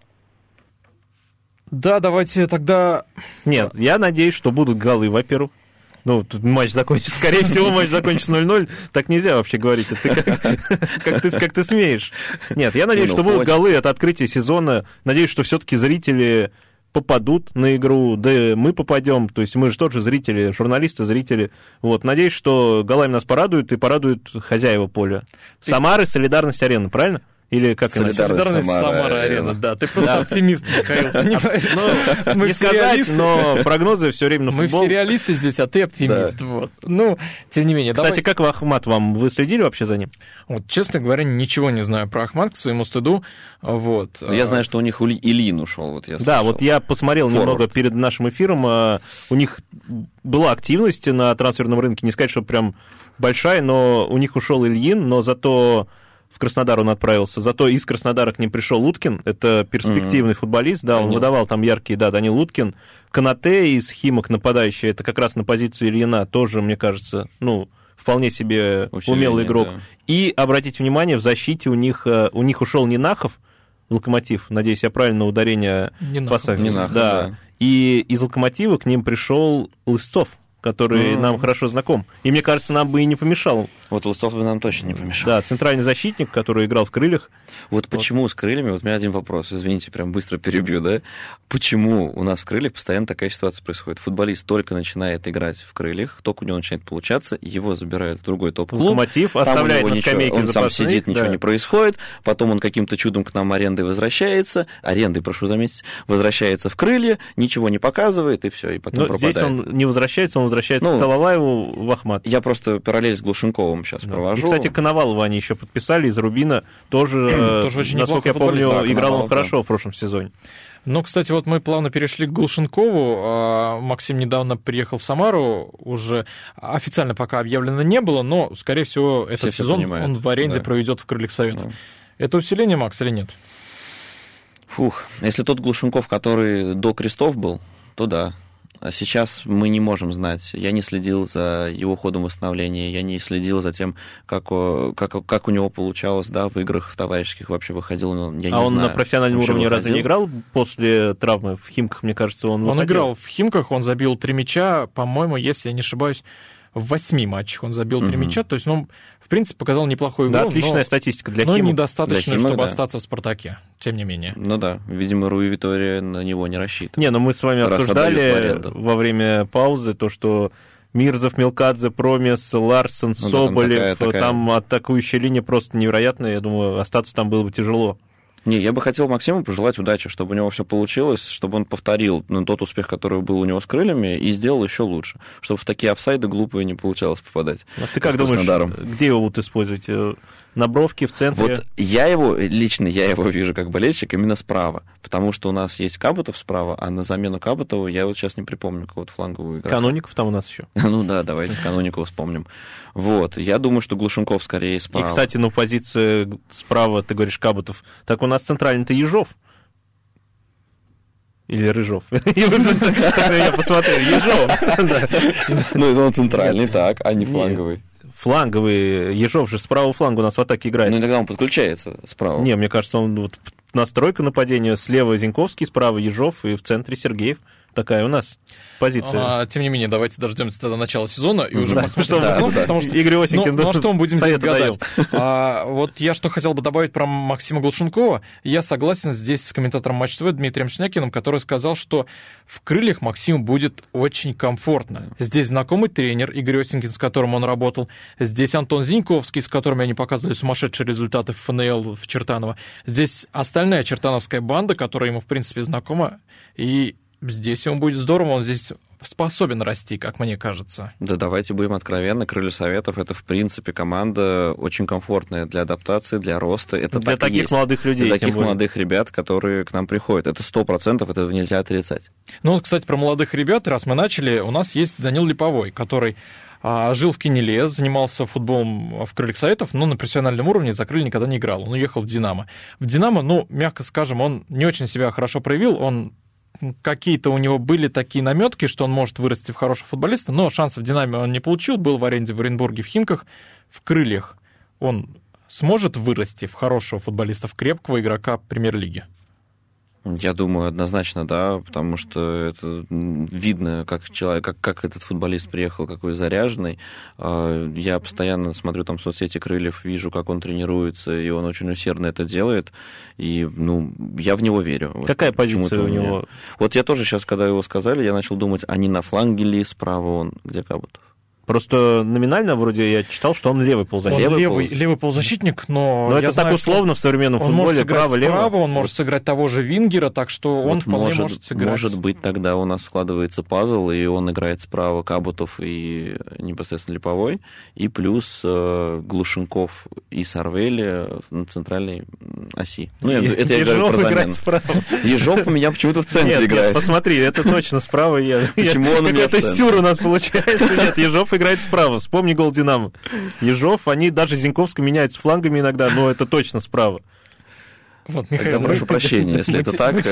Да, давайте тогда... Нет, я надеюсь, что будут голы, во-первых. Тут матч закончится. Скорее всего, матч закончится 0-0. Так нельзя вообще говорить. Как ты смеешь? Нет, я надеюсь, что будут голы. Это открытие сезона. Надеюсь, что все-таки зрители попадут на игру, да мы попадем. То есть мы же тоже зрители, журналисты, зрители. Вот. Надеюсь, что голами нас порадуют и порадуют хозяева поля. Самары, Солидарность Арена, правильно? Или как Солидарность Самара-Арена. Да, ты просто оптимист, Михаил, понимаешь? Не сказать, но прогнозы все время на футбол. Мы все реалисты здесь, а ты оптимист. Вот. Тем не менее. Кстати, как Ахмат вам? Вы следили вообще за ним? Вот, честно говоря, ничего не знаю про Ахмат, к своему стыду. Вот. Я знаю, что у них Ильин ушел. Да, вот я посмотрел немного перед нашим эфиром. У них была активность на трансферном рынке. Не сказать, что прям большая, но у них ушел Ильин, но зато... В Краснодар он отправился, зато из Краснодара к ним пришел Уткин, это перспективный футболист, да, он выдавал там яркие, да, Данил Уткин. Канате из Химок нападающий, это как раз на позицию Ильина, тоже, мне кажется, вполне себе умелый игрок. Да. И, обратите внимание, в защите у них ушел Нинахов, Локомотив, надеюсь, я правильно ударение поставил. Да. И из Локомотива к ним пришел Лысцов, который нам хорошо знаком. И, мне кажется, нам бы и не помешал. Вот Лысцов бы нам точно не помешал. Да, центральный защитник, который играл в «Крыльях». Вот почему с «Крыльями», вот у меня один вопрос, извините, прям быстро перебью, да? Почему у нас в «Крыльях» постоянно такая ситуация происходит? Футболист только начинает играть в «Крыльях», только у него начинает получаться, его забирают в другой топ-клуб. Локомотив оставляет на скамейке запасных. Он сам сидит, ничего да. не происходит, потом он каким-то чудом к нам возвращается в «Крылья», ничего не показывает, и все, и потом пропадает. Здесь он не возвращается, он возвращается к Талалаеву в Ахмат. Я просто параллель с Глушенковым сейчас провожу. И, кстати, Коновалова они еще подписали из Рубина, тоже очень насколько я помню, играл он хорошо в прошлом сезоне. Кстати, вот мы плавно перешли к Глушенкову. Максим недавно приехал в Самару, уже официально пока объявлено не было, но, скорее всего, этот сезон он в аренде проведет в «Крыльях Совета». Это усиление, Макс, или нет? Если тот Глушенков, который до крестов был, то да. А сейчас мы не можем знать. Я не следил за его ходом восстановления, я не следил за тем, как у него получалось, да, в играх в товарищеских вообще выходил. Я не знаю, он на профессиональном уровне разве не играл после травмы в Химках, мне кажется, он выходил? Он играл в Химках, он забил 3 мяча, по-моему, если я не ошибаюсь, в 8 матчах он забил 3 мяча, то есть, ну, в принципе, показал неплохую игру. Да, отличная статистика для но Химок. недостаточно, для Химок, чтобы да. остаться в «Спартаке», тем не менее. Ну да, видимо, Руи Витория на него не рассчитывает. Не, ну мы с вами Раз обсуждали отдают в аренду. во время паузы то, что Мирзов, Мелкадзе, Промес, Ларсен, Ну да, Соболев, там такая. там атакующая линия просто невероятная, я думаю, остаться там было бы тяжело. Не, я бы хотел Максиму пожелать удачи, чтобы у него все получилось, чтобы он повторил тот успех, который был у него с крыльями, и сделал еще лучше, чтобы в такие офсайды глупые не получалось попадать. А ты как С думаешь, Краснодаром. где его будут использовать? На бровке, в центре? Вот я его вижу как болельщик именно справа, потому что у нас есть Кабутов справа, а на замену Кабутову я вот сейчас не припомню какого-то флангового игрока. Каноников там у нас еще. Ну да, давайте Каноникова вспомним. Вот, я думаю, что Глушенков скорее справа. И, кстати, на позиции справа, ты говоришь, Кабутов, так у нас центральный-то Ежов. Или Рыжов. Я посмотрел, Ежов. Ну, он центральный, так, а не фланговый. Фланговый. Ежов же с правого фланга у нас в атаке играет. Ну, иногда он подключается справа. Не, мне кажется, он вот настройка нападения. Слева Зиньковский, справа Ежов, и в центре Сергеев. Такая у нас позиция. Тем не менее, давайте дождемся тогда начала сезона и уже Да, посмотрим. да, Потому что Игорь Осенькин, ну, а что мы будем здесь совет гадать? Вот я что хотел бы добавить про Максима Глушенкова. Я согласен здесь с комментатором Матч ТВ Дмитрием Шнякиным, который сказал, что в крыльях Максиму будет очень комфортно. Здесь знакомый тренер Игорь Осенькин, с которым он работал. Здесь Антон Зиньковский, с которым они показывали сумасшедшие результаты в ФНЛ в Чертаново. Здесь остальная чертановская банда, которая ему, в принципе, знакома. И здесь ему будет здорово, он здесь способен расти, как мне кажется. Да, давайте будем откровенны, Крылья Советов — это, в принципе, команда очень комфортная для адаптации, для роста. Это Для так и таких есть. молодых людей. Для тем таких более. молодых ребят, которые к нам приходят. Это 100%, этого нельзя отрицать. Ну, вот, кстати, про молодых ребят, раз мы начали, у нас есть Данил Липовой, который жил в Кинеле, занимался футболом в Крыльях Советов, но на профессиональном уровне за крылья никогда не играл. Он уехал в «Динамо». В «Динамо», ну, мягко скажем, он не очень себя хорошо проявил, какие-то у него были такие наметки, что он может вырасти в хорошего футболиста, но шансов в «Динамо» он не получил, был в аренде в Оренбурге, в Химках. В «Крыльях» он сможет вырасти в хорошего футболиста, в крепкого игрока премьер-лиги? Я думаю, однозначно, да, потому что это видно, как человек, как этот футболист приехал, какой заряженный. Я постоянно смотрю там соцсети Крыльев, вижу, как он тренируется, и он очень усердно это делает, и, я в него верю. Какая Вот позиция у него? Вот я тоже сейчас, когда его сказали, я начал думать, а не на фланге ли справа он, где Кабутов? Просто номинально вроде я читал, что он левый полузащитник. Он левый полузащитник, но это так условно в современном он может футболе, сыграть право-лево. справа, он может сыграть того же вингера, так что он вполне может сыграть. Может быть, тогда у нас складывается пазл, и он играет справа Кабутов и непосредственно Липовой, и плюс Глушенков и Сарвели на центральной оси. Это я говорю про замену. Ежов у меня почему-то в центре играет. Посмотри, это точно справа. Почему он у меня в Какой-то центре? сюр у нас получается. Нет, Ежов играет справа. Вспомни гол «Динамо». Ежов, они даже Зиньковский меняются флангами иногда, но это точно справа. Вот, Тогда Михаил, прошу прощения, если это так.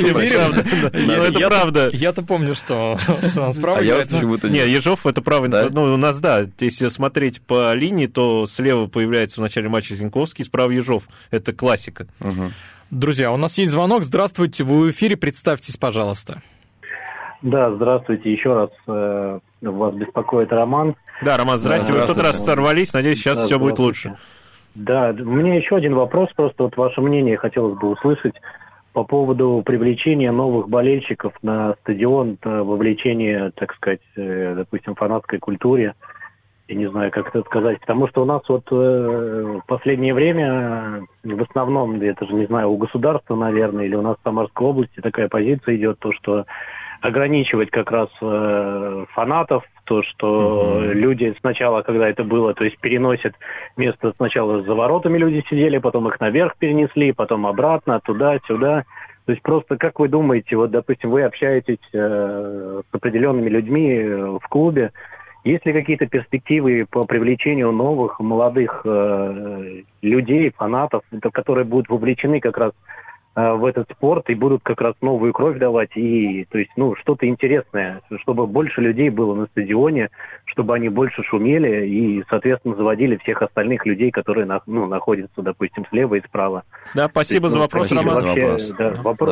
Это правда. Я-то помню, что он справа А я играет. почему-то Не, Ежов это правый. Да? Ну, у нас, да, если смотреть по линии, то слева появляется в начале матча Зиньковский, справа Ежов. Это классика. Друзья, у нас есть звонок. Здравствуйте, вы в эфире. Представьтесь, пожалуйста. Да, здравствуйте. Еще раз вас беспокоит Роман. Да, Роман, здрасте. Вы в тот раз сорвались. Надеюсь, сейчас Да, все будет здравствуйте. лучше. Да, у меня еще один вопрос, просто вот ваше мнение хотелось бы услышать по поводу привлечения новых болельщиков на стадион, вовлечения, так сказать, допустим, фанатской культуре. Я не знаю, как это сказать, потому что у нас вот в последнее время, в основном, я даже не знаю, у государства, наверное, или у нас в Самарской области такая позиция идет, то, что ограничивать как раз фанатов, то, что люди сначала, когда это было, то есть переносят место, сначала за воротами люди сидели, потом их наверх перенесли, потом обратно, туда-сюда. То есть просто, как вы думаете, вот, допустим, вы общаетесь с определенными людьми в клубе, есть ли какие-то перспективы по привлечению новых, молодых людей, фанатов, которые будут вовлечены как раз в этот спорт и будут как раз новую кровь давать, и, то есть, что-то интересное, чтобы больше людей было на стадионе, чтобы они больше шумели и, соответственно, заводили всех остальных людей, которые находятся, допустим, слева и справа. Да, спасибо за вопрос, Спасибо Роман. за вопрос. Да, вопрос. Да.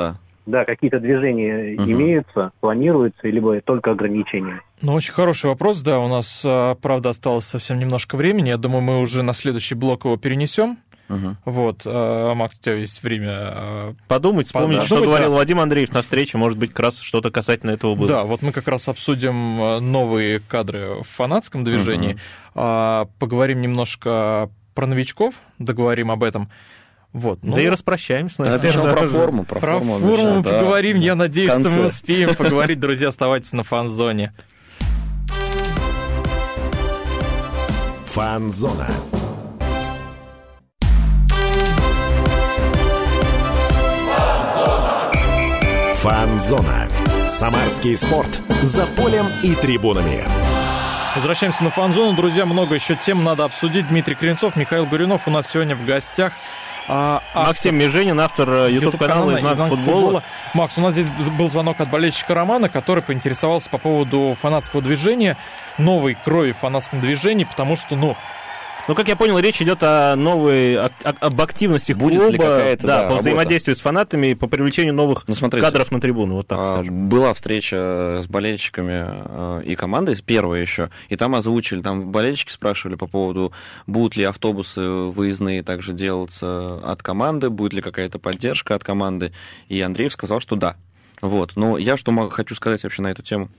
Да, какие-то движения имеются, планируются, либо только ограничения? Ну, очень хороший вопрос, да, у нас, правда, осталось совсем немножко времени, я думаю, мы уже на следующий блок его перенесем. Вот, Макс, у тебя есть время подумать, вспомнить, что говорил Вадим Андреевич на встрече, может быть, как раз что-то касательно этого будет. Да, вот мы как раз обсудим новые кадры в фанатском движении, поговорим немножко про новичков, договорим об этом. Вот, да и распрощаемся. Да, про форму. Про форму поговорим, я надеюсь, что мы успеем поговорить. Друзья, оставайтесь на Фан-зоне. Фан-зона. Фан-зона. Самарский спорт. За полем и трибунами. Возвращаемся на Фан-зону. Друзья, много еще тем надо обсудить. Дмитрий Кринцов, Михаил Горюнов у нас сегодня в гостях. Максим Меженин, автор YouTube-канала «Изнанка футбола». Макс, у нас здесь был звонок от болельщика Романа, который поинтересовался по поводу фанатского движения, новой крови в фанатском движении, потому что, Ну, как я понял, речь идет о об активности клуба, по взаимодействию с фанатами, по привлечению новых кадров на трибуну, вот так скажем. Была встреча с болельщиками и командой, первая еще, и там озвучили, там болельщики спрашивали по поводу, будут ли автобусы выездные также делаться от команды, будет ли какая-то поддержка от команды, и Андреев сказал, что да. Вот. Но я что хочу сказать вообще на эту тему.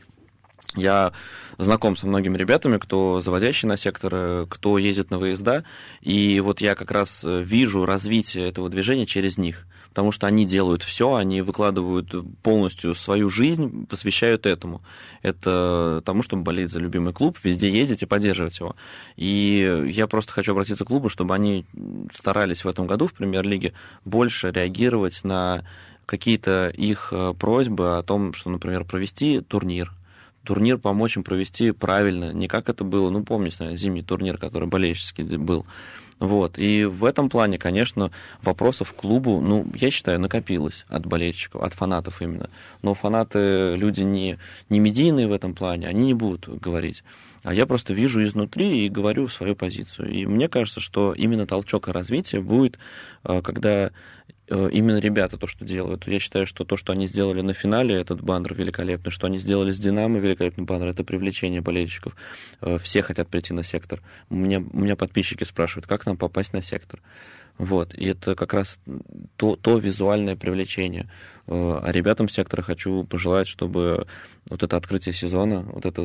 Я знаком со многими ребятами, кто заводящий на секторы, кто ездит на выезда, и вот я как раз вижу развитие этого движения через них, потому что они делают все, они выкладывают полностью свою жизнь, посвящают этому. Это тому, чтобы болеть за любимый клуб, везде ездить и поддерживать его. И я просто хочу обратиться к клубу, чтобы они старались в этом году в премьер-лиге больше реагировать на какие-то их просьбы о том, что, например, провести турнир, помочь им провести правильно, не как это было, помните, наверное, зимний турнир, который болельщический был. Вот. И в этом плане, конечно, вопросов к клубу, я считаю, накопилось от болельщиков, от фанатов именно. Но фанаты, люди не медийные в этом плане, они не будут говорить. А я просто вижу изнутри и говорю свою позицию. И мне кажется, что именно толчок и развитие будет, когда именно ребята то, что делают. Я считаю, что то, что они сделали на финале, этот баннер великолепный, что они сделали с «Динамо», великолепный баннер, это привлечение болельщиков. Все хотят прийти на сектор. У меня подписчики спрашивают, как нам попасть на сектор. Вот. И это как раз то визуальное привлечение. А ребятам сектора хочу пожелать, чтобы вот это открытие сезона,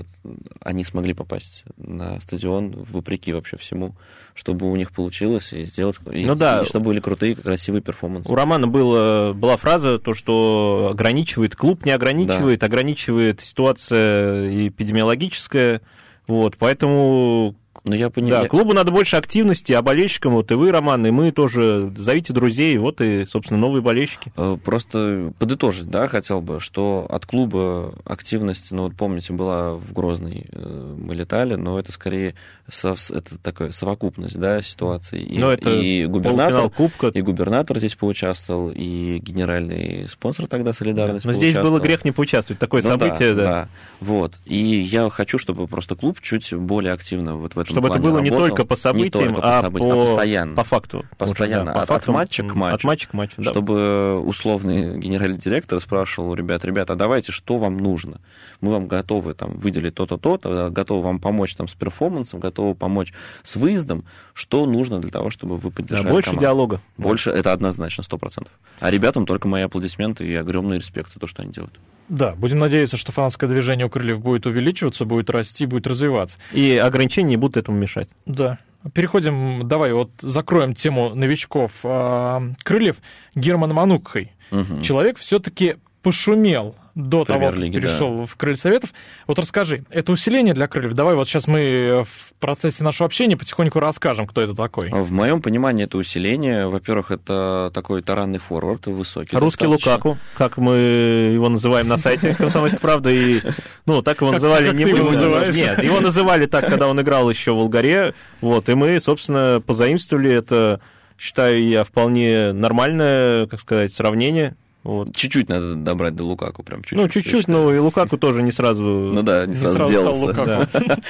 они смогли попасть на стадион вопреки вообще всему, чтобы у них получилось и сделать, и чтобы были крутые, красивые перформансы. У Романа была фраза, то, что ограничивает, клуб не ограничивает, ограничивает ситуация эпидемиологическая, вот, поэтому... клубу надо больше активности, а болельщикам, и вы, Роман, и мы тоже, зовите друзей, и, собственно, новые болельщики. Просто подытожить, хотел бы, что от клуба активность, помните, была в Грозный, мы летали, но это скорее это такая совокупность, ситуаций. И губернатор здесь поучаствовал, и генеральный спонсор тогда «Солидарность» поучаствовал. Но здесь было грех не поучаствовать, такое событие. Да. Вот. И я хочу, чтобы просто клуб чуть более активно в этом чтобы это было не только по событиям, а постоянно. По факту. Постоянно. От матча к матчу. От матча к матчу, да. Чтобы условный генеральный директор спрашивал у ребят, а давайте, что вам нужно? Мы вам готовы выделить то-то, то-то, готовы вам помочь с перформансом, готовы помочь с выездом. Что нужно для того, чтобы вы поддержали больше команду? Диалога. Больше, это однозначно, 100%. А ребятам только мои аплодисменты и огромный респект за то, что они делают. Да, будем надеяться, что фанатское движение у «Крыльев» будет увеличиваться, будет расти, будет развиваться. И ограничения не будут этому мешать. Да. Переходим, давай закроем тему новичков «Крыльев». Герман Манукхай. Человек все-таки пошумел до того, как перешел в «Крылья Советов». Вот расскажи, это усиление для «Крыльев»? Давай сейчас мы в процессе нашего общения потихоньку расскажем, кто это такой. В моем понимании это усиление. Во-первых, это такой таранный форвард, высокий. Русский Лукаку, как мы его называем на сайте «Комсомольской правды». И, так его называли. Как ты его называешь? Нет, его называли так, когда он играл еще в «Волгаре». Вот, и мы, собственно, позаимствовали это, считаю я, вполне нормальное, сравнение. Вот. Чуть-чуть надо добрать до Лукаку, прям чуть-чуть. Ну, чуть-чуть, но и Лукаку тоже не сразу... Ну да, не сразу сделался.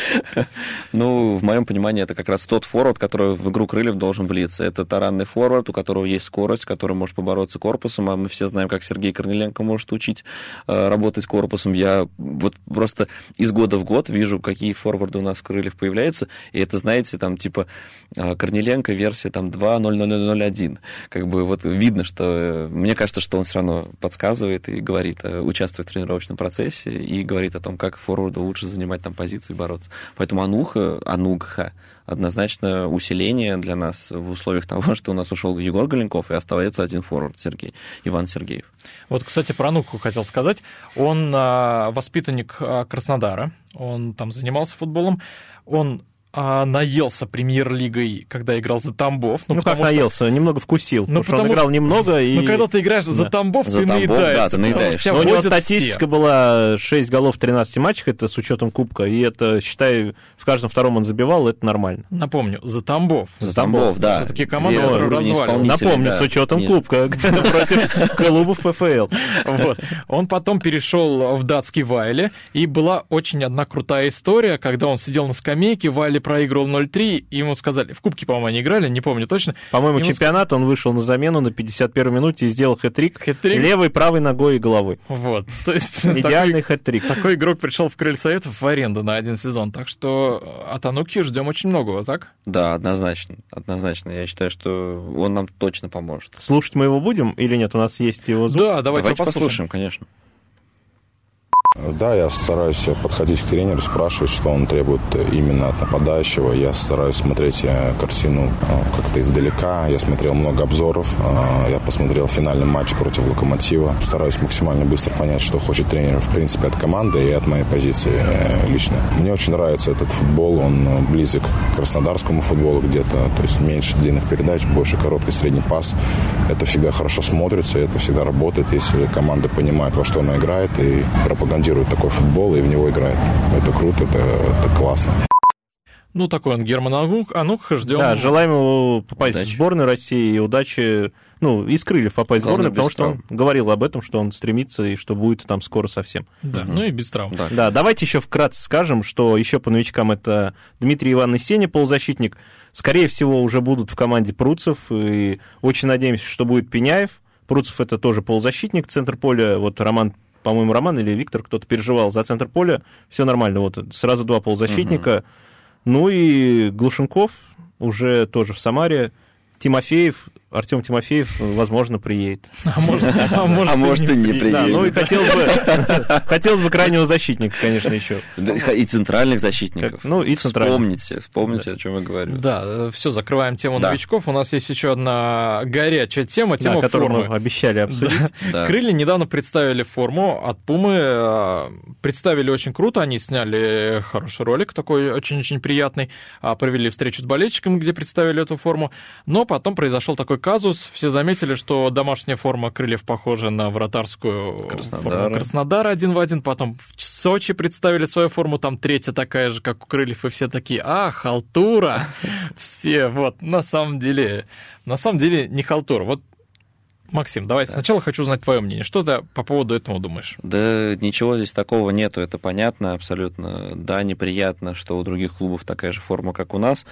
Ну, в моем понимании, это как раз тот форвард, который в игру крыльев должен влиться. Это таранный форвард, у которого есть скорость, который может побороться корпусом, а мы все знаем, как Сергей Корниленко может учить работать корпусом. Я вот просто из года в год вижу, какие форварды у нас в крыльях появляются, и это, знаете, там типа Корниленко версия там 2.0.0.0.1. Как бы вот видно, что... Мне кажется, что он все равно подсказывает и говорит, участвует в тренировочном процессе и говорит о том, как форварду лучше занимать там позиции и бороться. Поэтому Анугха однозначно усиление для нас в условиях того, что у нас ушел Егор Голенков и остается один форвард Иван Сергеев. Вот, кстати, про Анугху хотел сказать. Он воспитанник Краснодара, он там занимался футболом, он наелся премьер-лигой, когда играл за Тамбов. Ну, как наелся? Немного вкусил. Ну, потому что он играл немного. И... Ну, когда ты играешь за Тамбов, ты наедаешься. Да, ты наедаешься. Но у него статистика была 6 голов в 13 матчах, это с учетом кубка, и это, считай, в каждом втором он забивал, это нормально. Напомню, за Тамбов. За Тамбов, да. Все-таки команда, которую развалила. Напомню, да, с учетом кубка против клубов ПФЛ. Вот. Он потом перешел в датский Вайле, и была очень одна крутая история, когда он сидел на скамейке, Вайле проигрывал 0-3, и ему сказали, в кубке, по-моему, они играли, не помню точно. По-моему, чемпионат, он вышел на замену на 51-й минуте и сделал хэт-трик левой, правой ногой и головой. Вот. То есть идеальный хэт-трик. Такой игрок пришел в Крылья Советов в аренду на один сезон, так что от Анугхи ждем очень многого, так? Да, однозначно. Однозначно. Я считаю, что он нам точно поможет. Слушать мы его будем или нет? У нас есть его звук. Да, давайте послушаем, конечно. Да, я стараюсь подходить к тренеру, спрашивать, что он требует именно от нападающего. Я стараюсь смотреть картину как-то издалека. Я смотрел много обзоров. Я посмотрел финальный матч против Локомотива. Стараюсь максимально быстро понять, что хочет тренер, в принципе, от команды и от моей позиции лично. Мне очень нравится этот футбол. Он близок к краснодарскому футболу где-то. То есть меньше длинных передач, больше короткий средний пас. Это всегда хорошо смотрится, это всегда работает, если команда понимает, во что она играет, и пропагандирует такой футбол и в него играет. Это круто, это классно. Ну, такой он Герман Анугха, ждем. Да, желаем его попасть в сборную России и удачи, ну, из крыльев попасть в сборную, потому что он говорил об этом, что он стремится и что будет там скоро совсем. Да, ну и без травм. Да, давайте еще вкратце скажем, что еще по новичкам это Дмитрий Иванович Сеня, полузащитник. Скорее всего, уже будут в команде Пруцев, и очень надеемся, что будет Пеняев. Пруцев это тоже полузащитник, центр поля, вот по-моему, Роман или Виктор, кто-то переживал за центр поля, все нормально, вот сразу два полузащитника. Ну и Глушенков уже тоже в Самаре, Артем Тимофеев, возможно, приедет. А может и не приедет. Да, ну и хотелось бы крайнего защитника, конечно, еще. И центральных защитников. Ну и центральных. Вспомните, о чем я говорю. Да, все, закрываем тему новичков. У нас есть еще одна горячая тема которую формы. Мы обещали обсудить. Крылья недавно представили форму от Пумы. Представили очень круто, они сняли хороший ролик, такой очень-очень приятный. Провели встречу с болельщиками, где представили эту форму. Но потом произошел такой казус. Все заметили, что домашняя форма крыльев похожа на вратарскую форму Краснодара 1 в 1. Потом в Сочи представили свою форму, там третья такая же, как у крыльев, и все такие, халтура. Все, вот, на самом деле не халтура. Вот, Максим, давай сначала хочу узнать твое мнение. Что ты по поводу этого думаешь? Да ничего здесь такого нету, это понятно абсолютно. Да, неприятно, что у других клубов такая же форма, как у нас,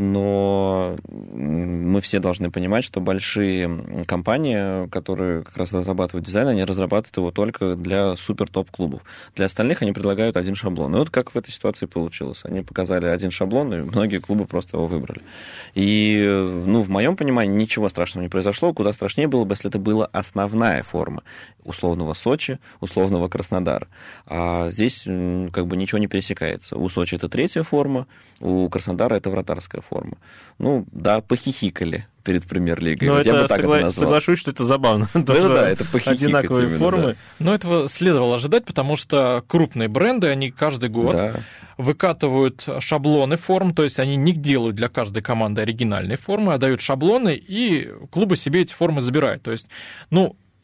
но мы все должны понимать, что большие компании, которые как раз разрабатывают дизайн, они разрабатывают его только для супер-топ-клубов. Для остальных они предлагают один шаблон. И вот как в этой ситуации получилось. Они показали один шаблон, и многие клубы просто его выбрали. И, в моем понимании, ничего страшного не произошло. Куда страшнее было бы, если это была основная форма условного Сочи, условного Краснодара. А здесь ничего не пересекается. У Сочи это третья форма, у Краснодара это вратарская форма. Похихикали перед премьер-лигой. Но я бы так это назвал. Соглашусь, что это забавно. Да, это похихикать. Одинаковые формы. Но этого следовало ожидать, потому что крупные бренды, они каждый год выкатывают шаблоны форм, то есть они не делают для каждой команды оригинальные формы, а дают шаблоны, и клубы себе эти формы забирают. То есть,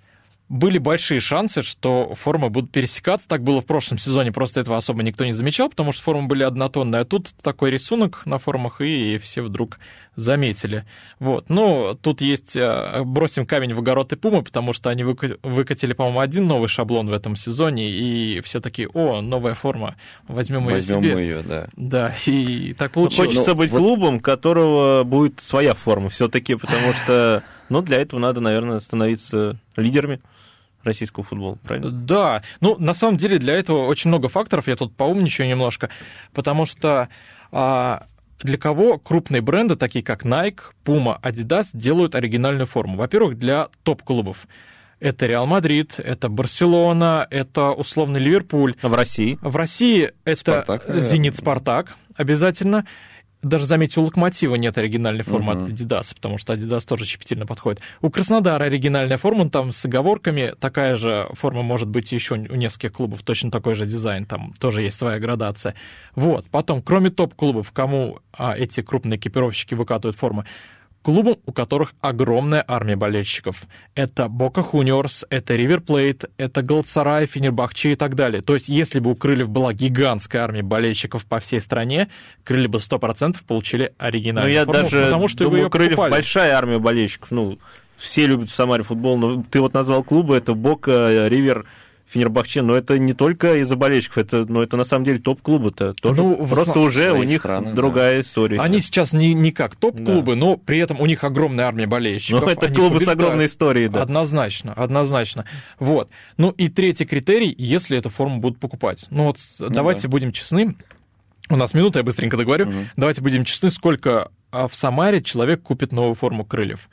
были большие шансы, что формы будут пересекаться. Так было в прошлом сезоне, просто этого особо никто не замечал, потому что формы были однотонные, а тут такой рисунок на формах, и все вдруг заметили. Вот. Но тут есть... Бросим камень в огород и Пумы, потому что они выкатили, по-моему, один новый шаблон в этом сезоне, и все такие: о, новая форма, возьмем ее себе. Возьмем ее, да. Да, и так получилось. Хочется быть клубом, которого будет своя форма все-таки, потому что для этого надо, наверное, становиться лидерами российского футбола, правильно? Да, на самом деле для этого очень много факторов, я тут поумничаю немножко, потому что для кого крупные бренды, такие как Nike, Puma, Adidas, делают оригинальную форму? Во-первых, для топ-клубов. Это Реал Мадрид, это Барселона, это условный Ливерпуль. А в России? В России это Зенит, Спартак обязательно. Даже, заметьте, у Локомотива нет оригинальной формы от Adidas, потому что Adidas тоже щепетильно подходит. У Краснодара оригинальная форма, там с оговорками. Такая же форма может быть еще у нескольких клубов, точно такой же дизайн, там тоже есть своя градация. Вот. Потом, кроме топ-клубов, кому эти крупные экипировщики выкатывают формы? Клубам, у которых огромная армия болельщиков. Это Бока Хуниорс, это Ривер Плейт, это Галатасарай, Фенербахче и так далее. То есть, если бы у Крыльев была гигантская армия болельщиков по всей стране, Крылья бы 100% получили оригинальную форму. Я даже потому что думаю, ее у Крыльев покупали. большая армия болельщиков. Все любят в Самаре футбол, но ты назвал клубы, это Бока, Ривер, Фенербахче, но это не только из-за болельщиков, это на самом деле топ-клубы-то тоже. Просто уже у них другая история. Они сейчас не как топ-клубы, но при этом у них огромная армия болельщиков. Но это клубы с огромной историей, да. Однозначно. Вот. И третий критерий, если эту форму будут покупать. Давайте будем честны. У нас минута, я быстренько договорю. Давайте будем честны, сколько в Самаре человек купит новую форму Крыльев.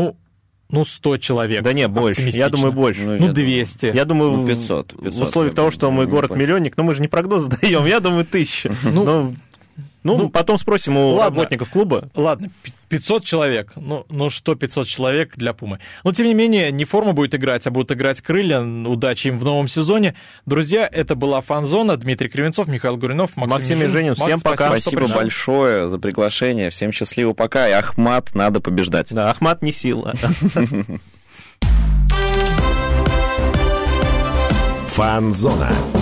100 человек. Да нет, больше. Я думаю, больше. 200. Я думаю, 500. В условиях того, что мы город-миллионник, мы же не прогноз даем, я думаю, 1000. Потом спросим у работников клуба. Ладно, 500 человек. Что 500 человек для Пумы? Но, тем не менее, не форма будет играть, а будут играть Крылья. Удачи им в новом сезоне. Друзья, это была Фан-зона. Дмитрий Кривенцов, Михаил Гуринов, Максим Межинин. Всем пока. Спасибо большое за приглашение. Всем счастливо, пока. И Ахмат надо побеждать. Да, Ахмат не сила. Фан-зона.